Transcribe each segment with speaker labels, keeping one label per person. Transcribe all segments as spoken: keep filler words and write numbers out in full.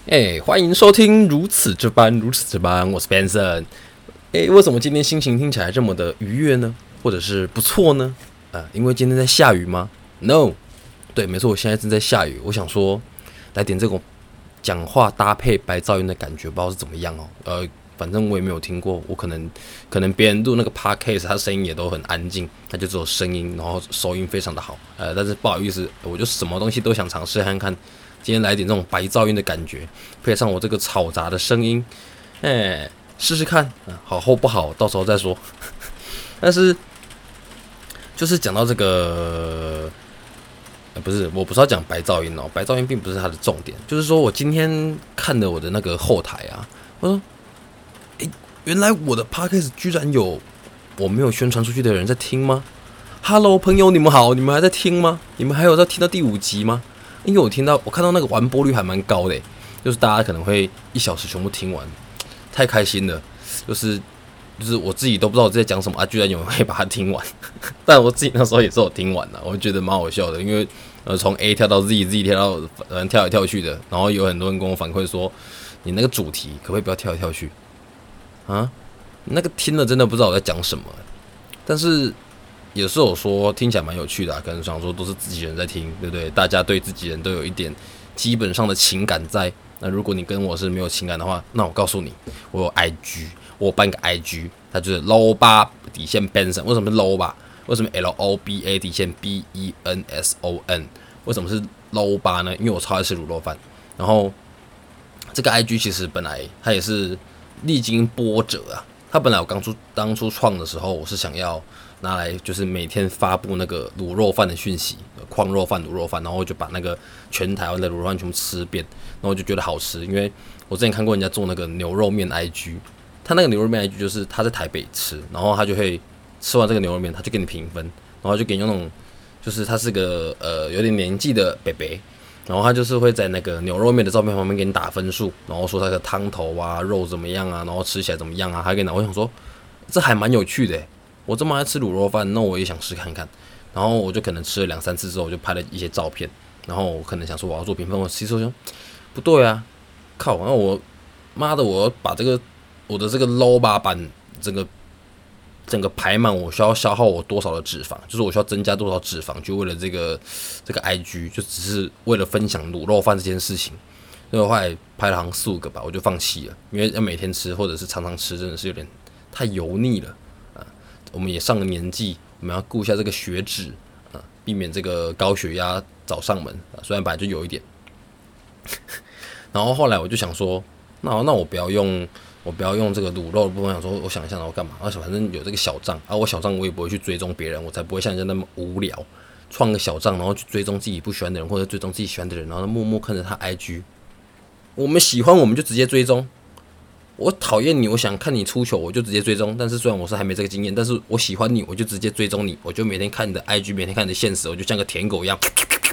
Speaker 1: 哎、欸，欢迎收听如此这般，如此这般，我是 Benson。哎、欸，为什么今天心情听起来这么的愉悦呢？或者是不错呢？啊，因为今天在下雨吗 ？No， 对，没错，我现在正在下雨。我想说，来点这种讲话搭配白噪音的感觉，不知道是怎么样哦。呃，反正我也没有听过，我可能可能别人录那个 podcast， 他声音也都很安静，他就只有声音，然后收音非常的好。呃，但是不好意思，我就什么东西都想尝试看看。今天来点这种白噪音的感觉，配上我这个嘈杂的声音，哎、欸，试试看，好或不好，到时候再说。但是，就是讲到这个，呃、不是，我不是要讲白噪音哦，白噪音并不是它的重点。就是说我今天看了我的那个后台啊，我说，哎、欸，原来我的 podcast 居然有我没有宣传出去的人在听吗 ？Hello， 朋友，你们好，你们还在听吗？你们还有在听到第五集吗？因为我听到我看到那个完播率还蛮高的，就是大家可能会一小时全部听完，太开心了。就是就是我自己都不知道我在讲什么啊，居然有人会把它听完。但我自己那时候也是有听完的，我觉得蛮好笑的，因为呃从 A 跳到 Z，Z 跳到呃跳来跳去的，然后有很多人跟我反馈说，你那个主题可不可以不要跳来跳去啊？那个听了真的不知道我在讲什么，但是。也是有说听起来蛮有趣的、啊，可能想说都是自己人在听，对不对？大家对自己人都有一点基本上的情感在。那如果你跟我是没有情感的话，那我告诉你，我有 I G， 我有办个 I G， 它就是 low 八底线 Benson。为什么是 low 八？为什么 L O B A 底线 B E N S O N？ 为什么是 low 八呢？因为我超爱吃卤肉饭。然后这个 I G 其实本来它也是历经波折啊。它本来我刚出当初创的时候，我是想要。拿来就是每天发布那个卤肉饭的讯息，矿肉饭、卤肉饭，然后我就把那个全台湾的卤肉饭全部吃遍，然后我就觉得好吃，因为我之前看过人家做那个牛肉面 I G， 他那个牛肉面 I G 就是他在台北吃，然后他就会吃完这个牛肉面，他就给你评分，然后就给你那种就是他是个呃有点年纪的北北，然后他就是会在那个牛肉面的照片旁边给你打分数，然后说他的汤头啊、肉怎么样啊，然后吃起来怎么样啊，还给你拿。我想说这还蛮有趣的、欸。我这么爱吃卤肉饭，那我也想试看看。然后我就可能吃了两三次之后，我就拍了一些照片。然后我可能想说我要做评分，我其实我想不对啊，靠！然后我妈的，我要把这个我的这个 low 八版整个整个排满，我需要消耗我多少的脂肪？就是我需要增加多少脂肪，就为了这个这个 I G， 就只是为了分享卤肉饭这件事情。所以我后来拍了好像四五个吧，我就放弃了，因为要每天吃或者是常常吃，真的是有点太油腻了。我们也上了年纪，我们要顾一下这个血脂啊，避免这个高血压找上门啊。虽然本来就有一点，然后后来我就想说，那那我不要用，我不要用这个卤肉的部分。想说，我想一下，然后干嘛？啊，反正有这个小账啊，我小账我也不会去追踪别人，我才不会像人家那么无聊，创个小账，然后去追踪自己不喜欢的人，或者追踪自己喜欢的人，然后默默看着他 I G。我们喜欢我们就直接追踪。我讨厌你，我想看你出糗，我就直接追踪。但是虽然我是还没这个经验，但是我喜欢你，我就直接追踪你，我就每天看你的 I G， 每天看你的现实，我就像个舔狗一样。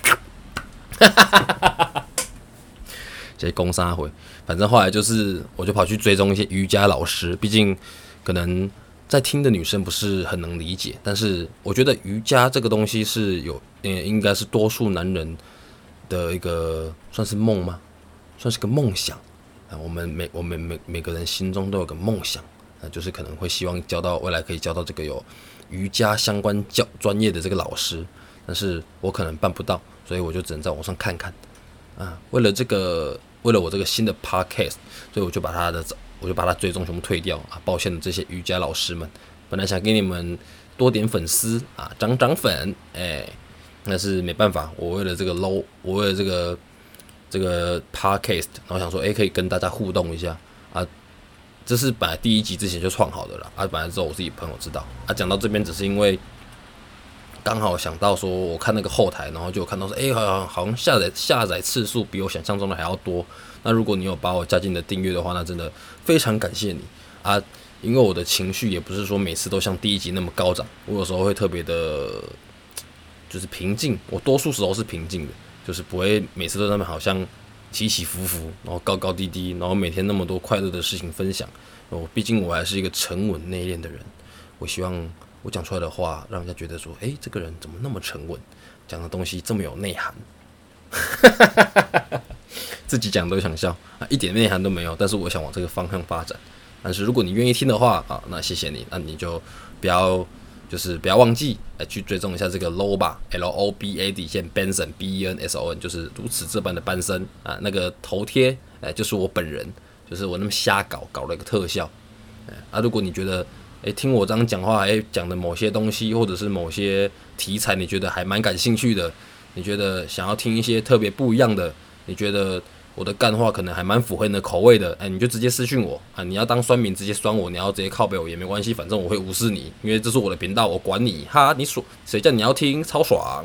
Speaker 1: 这些攻杀回，反正后来就是，我就跑去追踪一些瑜伽老师，毕竟可能在听的女生不是很能理解，但是我觉得瑜伽这个东西是有，呃，应该是多数男人的一个算是梦吗？算是个梦想。我们每我们每每个人心中都有个梦想，啊，就是可能会希望交到未来可以交到这个有瑜伽相关教专业的这个老师，但是我可能办不到，所以我就只能在网上看看，啊，为了这个，为了我这个新的 podcast， 所以我就把他的我就把他追踪全部退掉啊，抱歉的这些瑜伽老师们，本来想给你们多点粉丝啊，涨涨粉，哎、欸，但是没办法，我为了这个 low， 我为了这个。这个 podcast， 然后想说，哎，可以跟大家互动一下啊。这是本来第一集之前就创好的啦，啊，本来之后我自己朋友知道啊。讲到这边，只是因为刚好想到说，我看那个后台，然后就有看到说，哎，好像好像下载下载次数比我想象中的还要多。那如果你有把我加进你的订阅的话，那真的非常感谢你啊。因为我的情绪也不是说每次都像第一集那么高涨，我有时候会特别的，就是平静。我多数时候是平静的。就是不会每次都那么好像起起伏伏，然后高高低低，然后每天那么多快乐的事情分享。我毕竟我还是一个沉稳内敛的人，我希望我讲出来的话让人家觉得说，哎，这个人怎么那么沉稳，讲的东西这么有内涵。 自己讲都想笑啊，一点内涵都没有。但是我想往这个方向发展。但是如果你愿意听的话啊，那谢谢你，那你就不要就是不要忘记来去追踪一下这个 Low 吧 ，L O B A 底线 Benson B E N S O N， 就是如此这般的班森啊，那个头贴哎就是我本人，就是我那么瞎搞搞了一个特效。啊，如果你觉得哎听我这样讲话，哎讲的某些东西或者是某些题材，你觉得还蛮感兴趣的，你觉得想要听一些特别不一样的，你觉得我的干话可能还蛮符合你的口味的，哎，你就直接私讯我啊！你要当酸民直接酸我，你要直接靠北我也没关系，反正我会无视你，因为这是我的频道，我管你哈！你说谁叫你要听，超爽！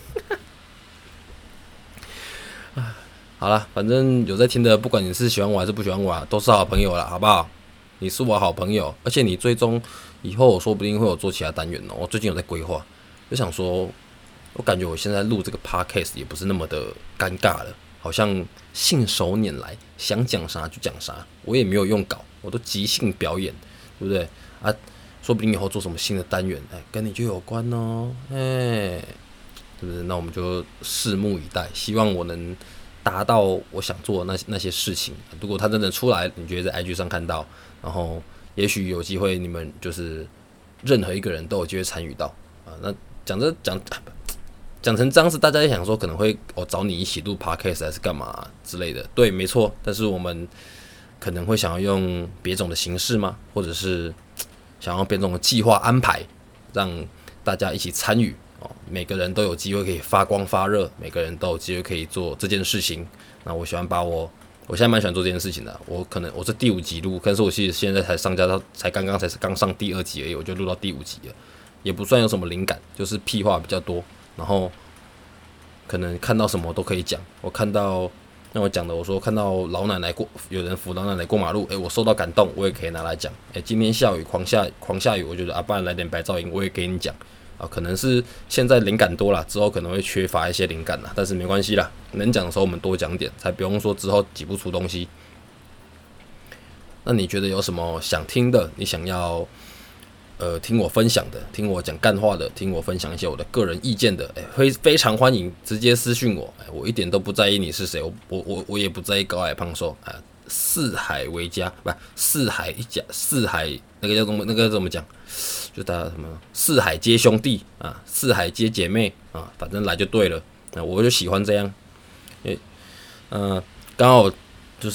Speaker 1: 好了，反正有在听的，不管你是喜欢我还是不喜欢我啊，都是好朋友了，好不好？你是我好朋友，而且你追踪以后，我说不定会有做其他单元哦。我最近有在规划，就想说，我感觉我现在录这个 podcast 也不是那么的尴尬了。好像信手拈来，想讲啥就讲啥，我也没有用稿，我都即兴表演，对不对啊？说不定以后做什么新的单元，哎，跟你就有关哦，哎，对不对？那我们就拭目以待，希望我能达到我想做的那那些事情。如果它真的出来，你觉得在 I G 上看到，然后也许有机会，你们就是任何一个人都有机会参与到啊。那讲着讲。讲成这样子，大家也想说可能会我、哦、找你一起录 podcast 还是干嘛之类的，对，没错。但是我们可能会想要用别种的形式吗？或者是想要别种的计划安排，让大家一起参与哦。每个人都有机会可以发光发热，每个人都有机会可以做这件事情。那我喜欢把我，我现在蛮喜欢做这件事情的。我可能我是第五集录，但是我其实现在才上架到，才刚刚才是刚上第二集而已，我就录到第五集了，也不算有什么灵感，就是屁话比较多。然后可能看到什么都可以讲。我看到那我讲的，我说看到老奶奶过，有人扶老奶奶过马路，哎，我受到感动，我也可以拿来讲。哎，今天下雨，狂下狂下雨，我觉得啊，不然来点白噪音，我也给你讲啊。可能是现在灵感多了，之后可能会缺乏一些灵感啦，但是没关系啦，能讲的时候我们多讲点，才不用说之后挤不出东西。那你觉得有什么想听的？你想要？呃，听我分享的，听我讲干话的，听我分享一些我的个人意见的，哎，非非常欢迎，直接私讯我，哎，我一点都不在意你是谁，我我我我也不在意高矮胖瘦，啊，四海为家，不，四海一家，四海那个叫怎么那个怎么讲，就大家什么四海皆兄弟啊，四海皆姐妹啊，反正来就对了，啊，我就喜欢这样，诶，嗯，刚好就是。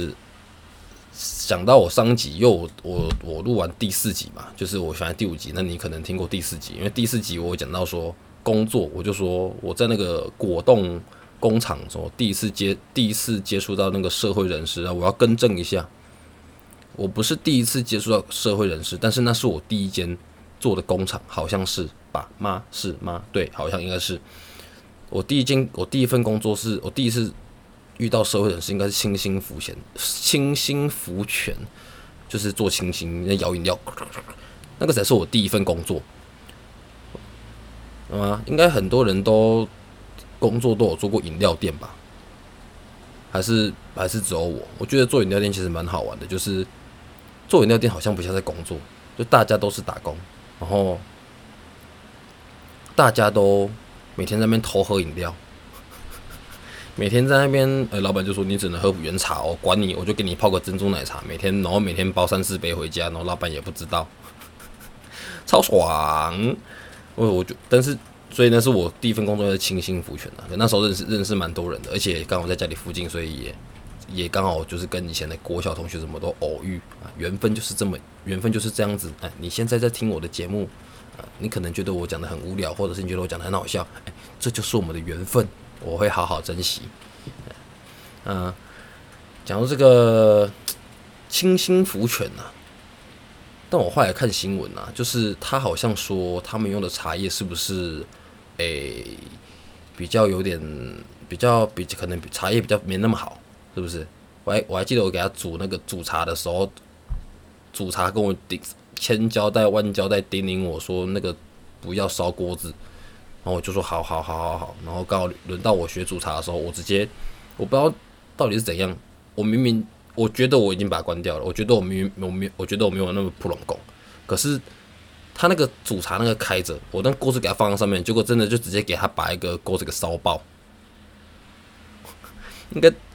Speaker 1: 想到我上集又我我我录完第四集嘛，就是我选第五集，那你可能听过第四集，因为第四集我讲到说工作，我就说我在那个果冻工厂的时候，第一次接第一次接触到那个社会人士啊，我要更正一下，我不是第一次接触到社会人士，但是那是我第一间做的工厂，好像是吧？吗？是吗？对，好像应该是我第一间我第一份工作是我第一次。遇到社会人士应该是清心福泉，清心福泉就是做清新，摇饮料，那个才是我第一份工作。啊，应该很多人都工作都有做过饮料店吧？还是还是只有我？我觉得做饮料店其实蛮好玩的，就是做饮料店好像不像在工作，就大家都是打工，然后大家都每天在那边偷喝饮料。每天在那边，呃，老板就说你只能喝原茶哦，管你，我就给你泡个珍珠奶茶，每天，然后每天包三四杯回家，然后老板也不知道，超爽。我我就，但是，所以那是我第一份工作是清心福泉啊，那时候认识认识蛮多人的，而且刚好在家里附近，所以也也刚好就是跟以前的国小同学什么都偶遇啊，缘分就是这么，缘分就是这样子。哎，你现在在听我的节目，啊，你可能觉得我讲的很无聊，或者是你觉得我讲的很好笑，哎，这就是我们的缘分。我会好好珍惜。嗯、呃，讲到这个清心福泉啊，但我后来看新闻啊，就是他好像说他们用的茶叶是不是诶、欸、比较有点比较比可能茶叶比较没那么好，是不是？我还我还记得我给他煮那个煮茶的时候，煮茶跟我千交代万交代叮咛我说那个不要烧锅子。然后我就说好好好好好，然后刚好轮到我学煮茶的时候，我直接我不知道到底是怎样，我明明我觉得我已经把它关掉了，我觉得我明明我没我觉得我没有那么普龙工，可是他那个煮茶那个开着，我那锅子给他放在上面，结果真的就直接给他把一个锅子给烧爆，应该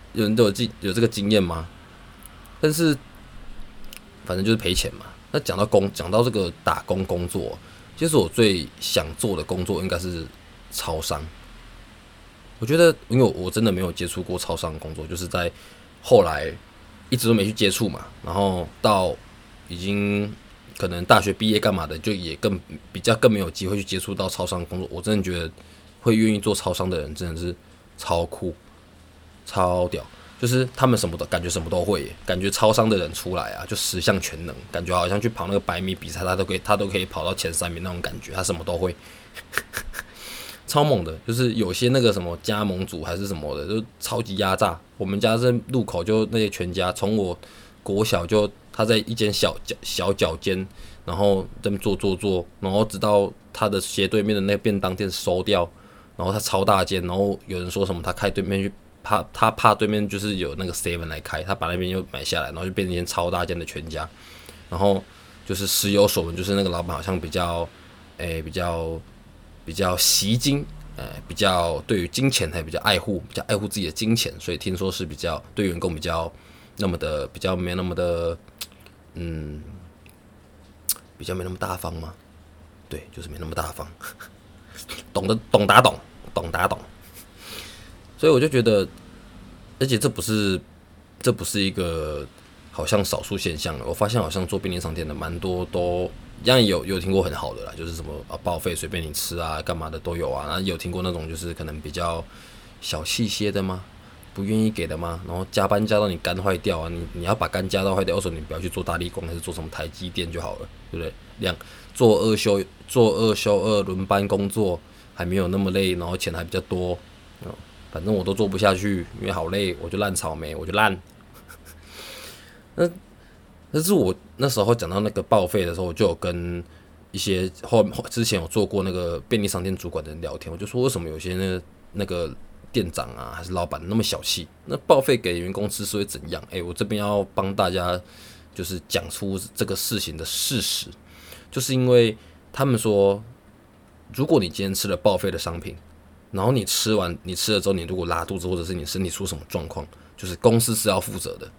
Speaker 1: 有人都有经有这个经验吗？但是反正就是赔钱嘛。那讲到工，讲到这个打工工作，其实我最想做的工作应该是超商。我觉得，因为我真的没有接触过超商的工作，就是在后来一直都没去接触嘛，然后到已经可能大学毕业干嘛的，就也更比较更没有机会去接触到超商的工作。我真的觉得会愿意做超商的人真的是超酷、超屌，就是他们什么都感觉什么都会耶，感觉超商的人出来啊，就十项全能，感觉好像去跑那个百米比赛，他都可以他都可以跑到前三名那种感觉，他什么都会。超猛的，就是有些那个什么加盟组还是什么的，就超级压榨。我们家这路口就那些全家，从我国小就他在一间小小角间，然后在那边做做做，然后直到他的斜对面的那个便当店收掉，然后他超大间，然后有人说什么他开对面去怕他怕对面就是有那个 seven 来开，他把那边又买下来，然后就变成一间超大间的全家。然后就是时有所闻，就是那个老板好像比较诶、欸、比较。比较吸金，呃，比较对于金钱还比较爱护，比较爱护自己的金钱，所以听说是比较对员工比较那么的比较没那么的，嗯，比较没那么大方吗？对，就是没那么大方，懂得懂打懂，懂打懂。所以我就觉得，而且这不是这不是一个好像少数现象，我发现好像做便利商店的蛮多都。这样有有听过很好的啦，就是什么啊报废随便你吃啊，干嘛的都有啊。然后有听过那种就是可能比较小气些的吗？不愿意给的吗？然后加班加到你肝坏掉啊，你你要把肝加到坏掉，为什么你不要去做大力光，还是做什么台积电就好了，对不对？两做二休做二休二轮班工作还没有那么累，然后钱还比较多，反正我都做不下去，因为好累，我就烂草莓，我就烂。那。但是我那时候讲到那个报废的时候，我就有跟一些后之前有做过那个便利商店主管的人聊天，我就说为什么有些那个那个店长啊还是老板那么小气？那报废给员工吃是会怎样？哎、欸，我这边要帮大家就是讲出这个事情的事实，就是因为他们说，如果你今天吃了报废的商品，然后你吃完你吃了之后，你如果拉肚子或者是你身体出什么状况，就是公司是要负责的。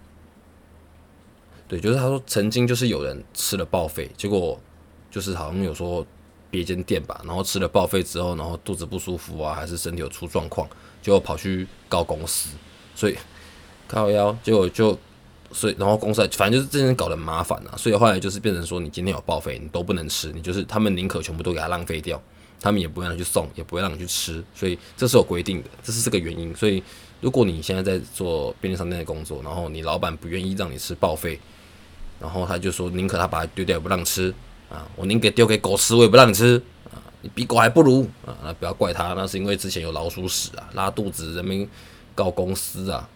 Speaker 1: 对，就是他说曾经就是有人吃了报废，结果就是好像有说别间店吧，然后吃了报废之后，然后肚子不舒服啊，还是身体有出状况，结果跑去告公司，所以靠腰，结果就所以然后公司反正就是这件事搞得很麻烦啊，所以后来就是变成说你今天有报废，你都不能吃，你就是他们宁可全部都给它浪费掉，他们也不会让你去送，也不会让你去吃，所以这是有规定的，这是这个原因。所以如果你现在在做便利商店的工作，然后你老板不愿意让你吃报废，然后他就说宁可他把它丢掉也不让吃啊，我宁可丢给狗吃我也不让你吃啊，你比狗还不如啊，那不要怪他，那是因为之前有老鼠屎啊，拉肚子，人民告公司啊，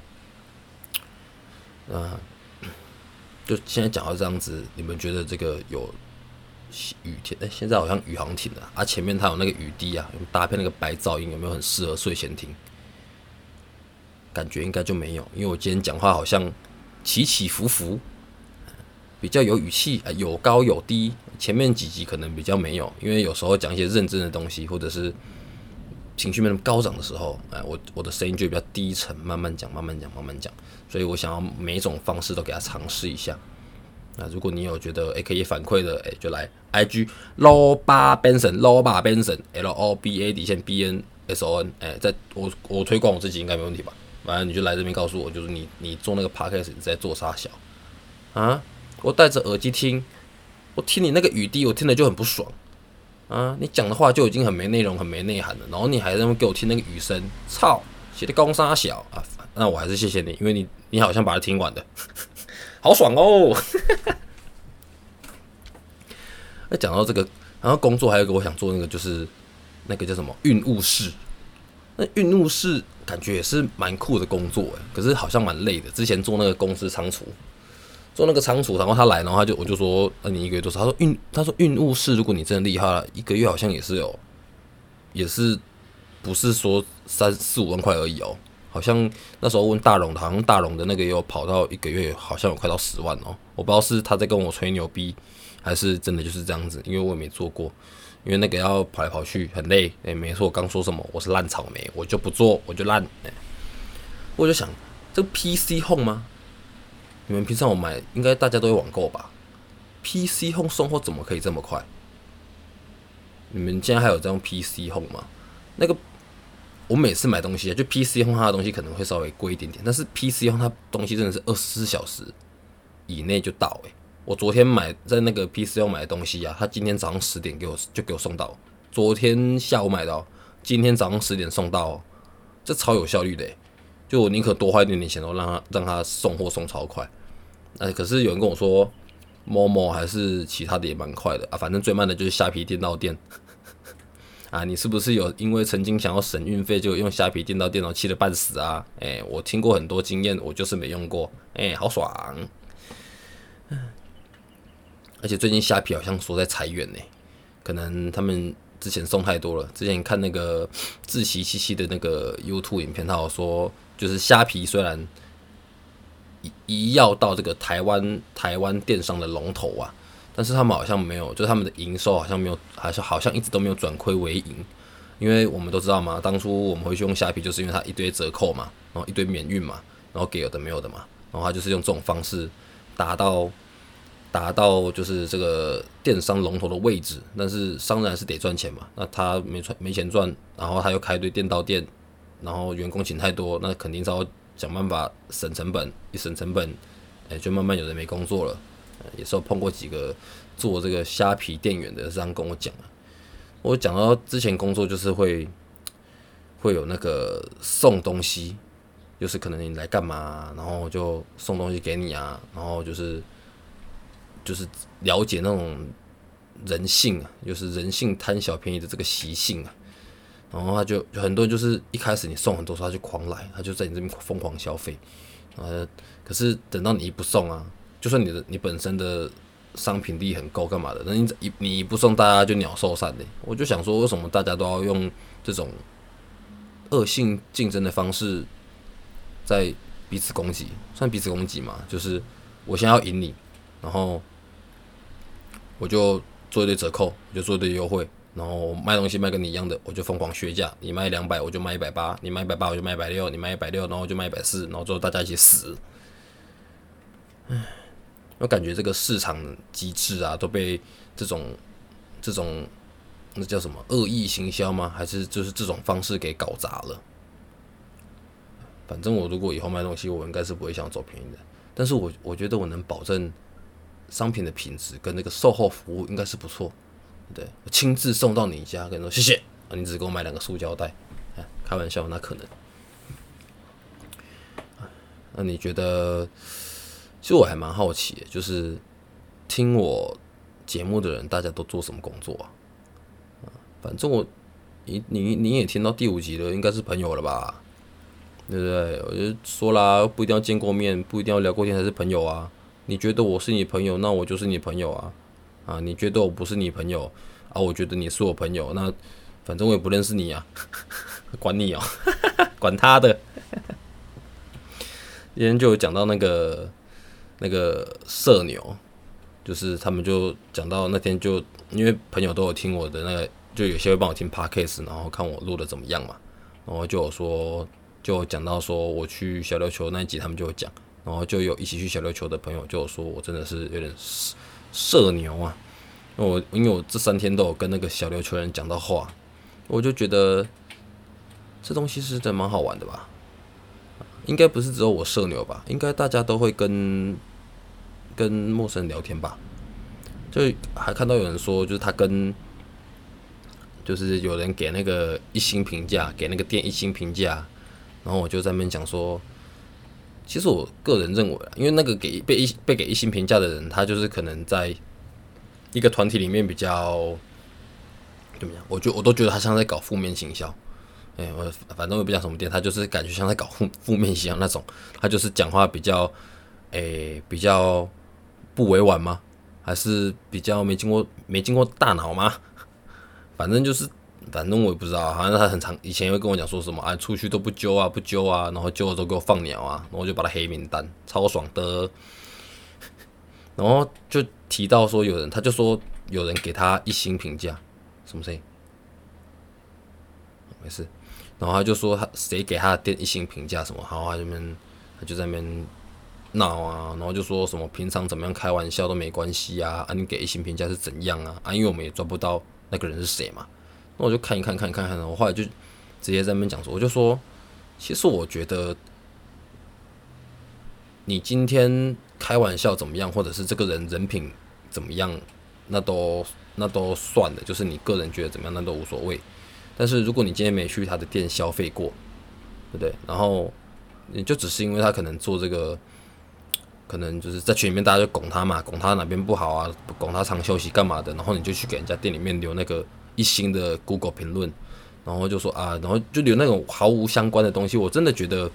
Speaker 1: 啊，就现在讲到这样子，你们觉得这个有雨天？哎、欸，现在好像雨好像停了啊，前面它有那个雨滴啊，搭配那个白噪音，有没有很适合睡前听？感觉应该就没有，因为我今天讲话好像起起伏伏。比较有语气，有高有低。前面几集可能比较没有，因为有时候讲一些认真的东西，或者是情绪没那么高涨的时候，我我的声音就比较低沉，慢慢讲，慢慢讲，慢慢讲。所以我想要每一种方式都给他尝试一下。那如果你有觉得、欸、可以反馈的、欸，就来 I G Loba Benson Loba Benson L O B A 底线 B N S O N， 哎、欸，在我我推广我自己应该没问题吧？反正你就来这边告诉我，就是你你做那个 podcast 你在做啥小啊？我戴着耳机听，我听你那个雨滴，我听了就很不爽啊！你讲的话就已经很没内容、很没内涵了，然后你还在那边给我听那个雨声，操，写的公杀小啊！那我还是谢谢你，因为你你好像把它听完的，好爽哦！那讲到这个，然后工作还有一个我想做那个就是那个叫什么运务室，那运务室感觉也是蛮酷的工作哎，可是好像蛮累的。之前做那个公司仓储。做那个仓储，然后他来，然后他就我就说，那、啊、你一个月多少？他说运，他说运务室，如果你真的厉害了，一个月好像也是有，也是不是说三四五万块而已哦？好像那时候问大荣的，好像大荣的那个也有跑到一个月，好像有快到十万哦。我不知道是他在跟我吹牛逼，还是真的就是这样子，因为我也没做过，因为那个要跑来跑去很累。哎、欸，没错，我刚说什么？我是烂草莓，我就不做，我就烂。欸我就想，这个 P C Home 吗？你们平常我买，应该大家都会网购吧 ？P C Home 送货怎么可以这么快？你们现在还有在用 P C Home 吗？那个，我每次买东西啊，就 P C Home 它的东西可能会稍微贵一点点，但是 P C Home 它东西真的是二十四小时以内就到、欸。我昨天买在那个 P C Home 买的东西啊，他今天早上十点给我就给我送到，昨天下午买到，今天早上十点送到，这超有效率的、欸。就我宁可多花一点点钱，都让他让他送货送超快。哎，可是有人跟我说，某某还是其他的也蛮快的啊，反正最慢的就是虾皮电到店。啊，你是不是有因为曾经想要省运费，就用虾皮电到店，然后气得半死啊？哎、欸，我听过很多经验，我就是没用过，哎、欸，好爽。而且最近虾皮好像说在裁员呢、欸，可能他们之前送太多了。之前看那个自习七七的那个 YouTube 影片，他有说，就是虾皮虽然一要到这个台湾台湾电商的龙头啊，但是他们好像没有，就是他们的营收好像没有，好像好像一直都没有转亏为盈。因为我们都知道嘛，当初我们会去用虾皮，就是因为它一堆折扣嘛，然后一堆免运嘛，然后给有的没有的嘛，然后他就是用这种方式达到。达到就是这个电商龙头的位置，但是商人还是得赚钱嘛。那他没赚没钱赚，然后他又开一堆店到店，然后员工请太多，那肯定是要想办法省成本。一省成本，哎、欸，就慢慢有人没工作了。也是有碰过几个做这个虾皮店员的，这样跟我讲啊。我讲到之前工作就是会会有那个送东西，就是可能你来干嘛，然后就送东西给你啊，然后就是。就是了解那种人性啊，就是人性贪小便宜的这个习性啊，然后他就就很多人就是一开始你送很多时候他就狂来，他就在你这边疯狂消费，呃，可是等到你一不送啊，就算你的你本身的商品力很够干嘛的，那你一你一不送，大家就鸟兽散的。我就想说，为什么大家都要用这种恶性竞争的方式在彼此攻击？算彼此攻击嘛，就是我先要赢你，然后。我就做一堆折扣，我就做一堆优惠，然后卖东西卖跟你一样的，我就疯狂削价。你卖两百，我就卖一百八；你卖一百八，我就卖一百六；你卖一百六，然后我就卖一百四，然后最后大家一起死。唉，我感觉这个市场机制啊，都被这种这种那叫什么恶意行销吗？还是就是这种方式给搞砸了？反正我如果以后卖东西，我应该是不会想走便宜的。但是我我觉得我能保证。商品的品质跟那个售后服务应该是不错，对，我亲自送到你家，跟你说谢谢，啊、你只给我买两个塑胶袋，开玩笑，那可能。那你觉得？其实我还蛮好奇的，就是听我节目的人，大家都做什么工作啊？反正我，你你你也听到第五集了，应该是朋友了吧？对不对？我就说啦，不一定要见过面，不一定要聊过天才是朋友啊。你觉得我是你朋友，那我就是你朋友啊！啊，你觉得我不是你朋友啊？我觉得你是我朋友，那反正我也不认识你啊，管你哦，管他的。今天就有讲到那个那个社牛，就是他们就讲到那天就因为朋友都有听我的那个，就有些会帮我听 podcast， 然后看我录的怎么样嘛，然后就有说就有讲到说我去小琉球那一集，他们就有讲。然后就有一起去小琉球的朋友就有说，我真的是有点社牛啊！我因为我这三天都有跟那个小琉球人讲到话，我就觉得这东西是真的蛮好玩的吧？应该不是只有我社牛吧？应该大家都会跟跟陌生人聊天吧？就还看到有人说，就是他跟就是有人给那个一星评价，给那个店一星评价，然后我就在那边讲说。其实我个人认为，因为那个给被一被给一星评价的人，他就是可能在一个团体里面比较怎么样？我觉我都觉得他像在搞负面行销。哎、欸，我反正我也不讲什么店，他就是感觉像在搞负负面行销那种。他就是讲话比较，哎、欸，比较不委婉吗？还是比较没经过没经过大脑吗？反正就是。反正我也不知道，好像他很常以前也会跟我讲说什么啊，出去都不揪啊，不揪啊，然后揪了都给我放鸟啊，然后我就把他黑名单，超爽的。然后就提到说有人，他就说有人给他一星评价，什么声音？没事， 然后他就说他谁给他的店一星评价什么，然后他这边他就在那边闹啊，然后就说什么平常怎么样开玩笑都没关系啊，啊你给一星评价是怎样啊？啊因为我们也抓不到那个人是谁嘛，那我就看一看看一看看，我后来就直接在那边讲说，我就说，其实我觉得你今天开玩笑怎么样，或者是这个人人品怎么样，那都那都算了，就是你个人觉得怎么样，那都无所谓。但是如果你今天没去他的店消费过，对不对？然后你就只是因为他可能做这个。可能就是在群里面大家就拱他嘛，拱他哪边不好啊，拱他常休息干嘛的，然后你就去给人家店里面留那个一星的 Google 评论，然后就说啊，然后就留那种毫无相关的东西，我真的觉得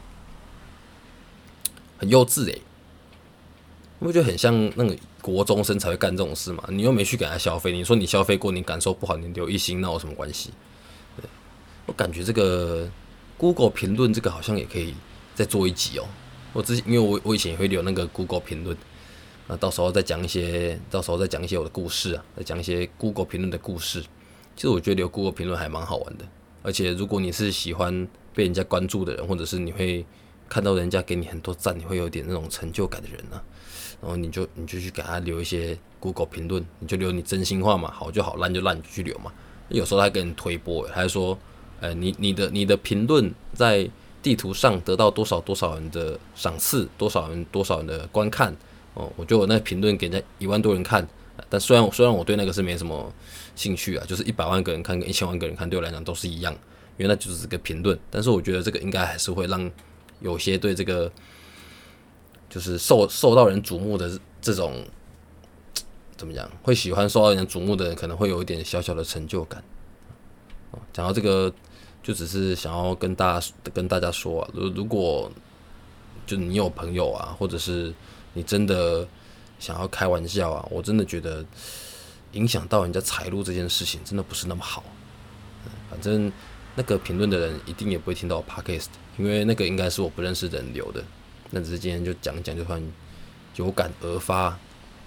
Speaker 1: 很幼稚诶、欸，我觉得很像那个国中生才会干这种事嘛，你又没去给他消费，你说你消费过，你感受不好，你留一星那有什么关系？我感觉这个 Google 评论这个好像也可以再做一集哦。我之前因为我我以前也会留那个 Google 评论，那到时候再讲一些，到时候再讲一些我的故事啊，再讲一些 Google 评论的故事。其实我觉得留 Google 评论还蛮好玩的，而且如果你是喜欢被人家关注的人，或者是你会看到人家给你很多赞，你会有点那种成就感的人啊，然后你就你就去给他留一些 Google 评论，你就留你真心话嘛，好就好，烂就烂，你就去留嘛。有时候他给你推播，他就说，呃，你你的你的评论在地图上得到多少多少人的赏赐，多少人多少人的观看哦，我觉得我那评论给人家一万多人看，但虽然虽然我对那个是没什么兴趣啊，就是一百万个人看跟一千万个人看对我来讲都是一样，因为那就是个评论。但是我觉得这个应该还是会让有些对这个就是受受到人瞩目的这种怎么讲，会喜欢受到人瞩目的人，可能会有一点小小的成就感。讲到这个。就只是想要跟大家跟大家说啊，如如果就你有朋友啊，或者是你真的想要开玩笑啊，我真的觉得影响到人家财路这件事情真的不是那么好。反正那个评论的人一定也不会听到我 podcast， 因为那个应该是我不认识的人留的。那只是今天就讲一讲，就突然有感而发。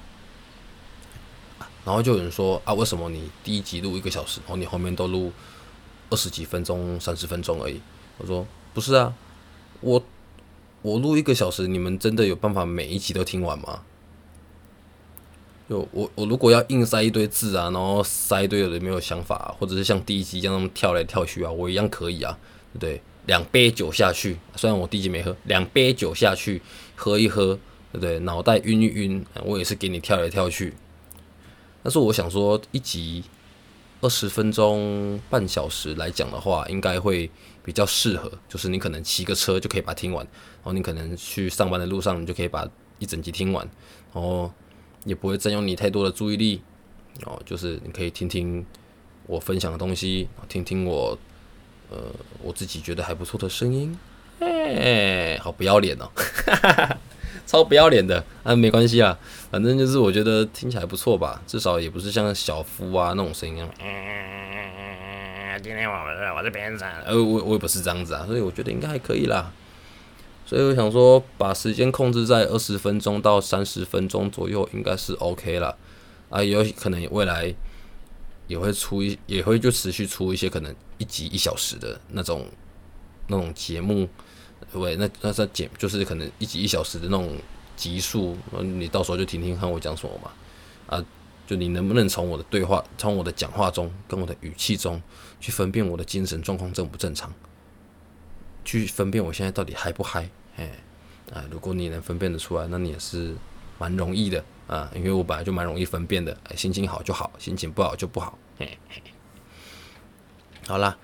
Speaker 1: 然后就有人说啊，为什么你第一集录一个小时，然后你后面都录二十几分钟、三十分钟而已？我说不是啊，我我录一个小时，你们真的有办法每一集都听完吗？就我我如果要硬塞一堆字啊，然后塞一堆有的没有想法、啊，或者是像第一集这样跳来跳去啊，我一样可以啊，对不对？两杯酒下去，虽然我第一集没喝，两杯酒下去喝一喝，对不对？脑袋晕一晕，我也是给你跳来跳去。但是我想说，一集二十分钟、半小时来讲的话，应该会比较适合。就是你可能骑个车就可以把它听完，然后你可能去上班的路上，你就可以把一整集听完，然后也不会占用你太多的注意力。哦，就是你可以听听我分享的东西，听听我呃我自己觉得还不错的声音。哎、欸，好不要脸哦，超不要脸的啊！没关系啊，反正就是我觉得听起来不错吧，至少也不是像小夫啊那种声音。嗯，今天我是我是边上，呃，我我也不是这样子啊，所以我觉得应该还可以啦。所以我想说，把时间控制在二十分钟到三十分钟左右，应该是 OK 啦。啊，也有可能未来也会出一，也会就持续出一些可能一集一小时的那种那种节目。对，那那是节就是可能一集一小时的那种集数，你到时候就听听看我讲什么嘛。啊，就你能不能从我的对话、从我的讲话中、跟我的语气中去分辨我的精神状况正不正常，去分辨我现在到底嗨不嗨？哎，啊，如果你能分辨得出来，那你也是蛮容易的啊，因为我本来就蛮容易分辨的，哎，心情好就好，心情不好就不好。嘿嘿好啦，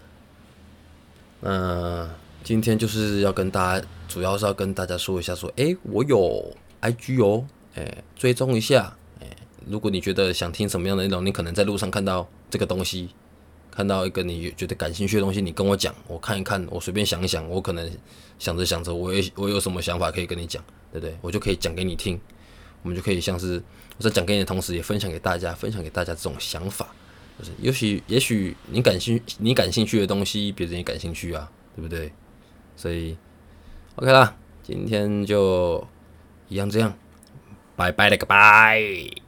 Speaker 1: 嗯。今天就是要跟大家，主要是要跟大家说一下，说，哎，我有 I G 哦，哎，追踪一下，哎，如果你觉得想听什么样的内容，你可能在路上看到这个东西，看到一个你觉得感兴趣的东西，你跟我讲，我看一看，我随便想一想，我可能想着想着，我也我有什么想法可以跟你讲，对不对？我就可以讲给你听，我们就可以像是我在讲给你的同时，也分享给大家，分享给大家这种想法，就是也许也许你感兴你感兴趣的东西，别人也感兴趣啊，对不对？所以 ，OK 啦，今天就一样这样，拜拜了个拜。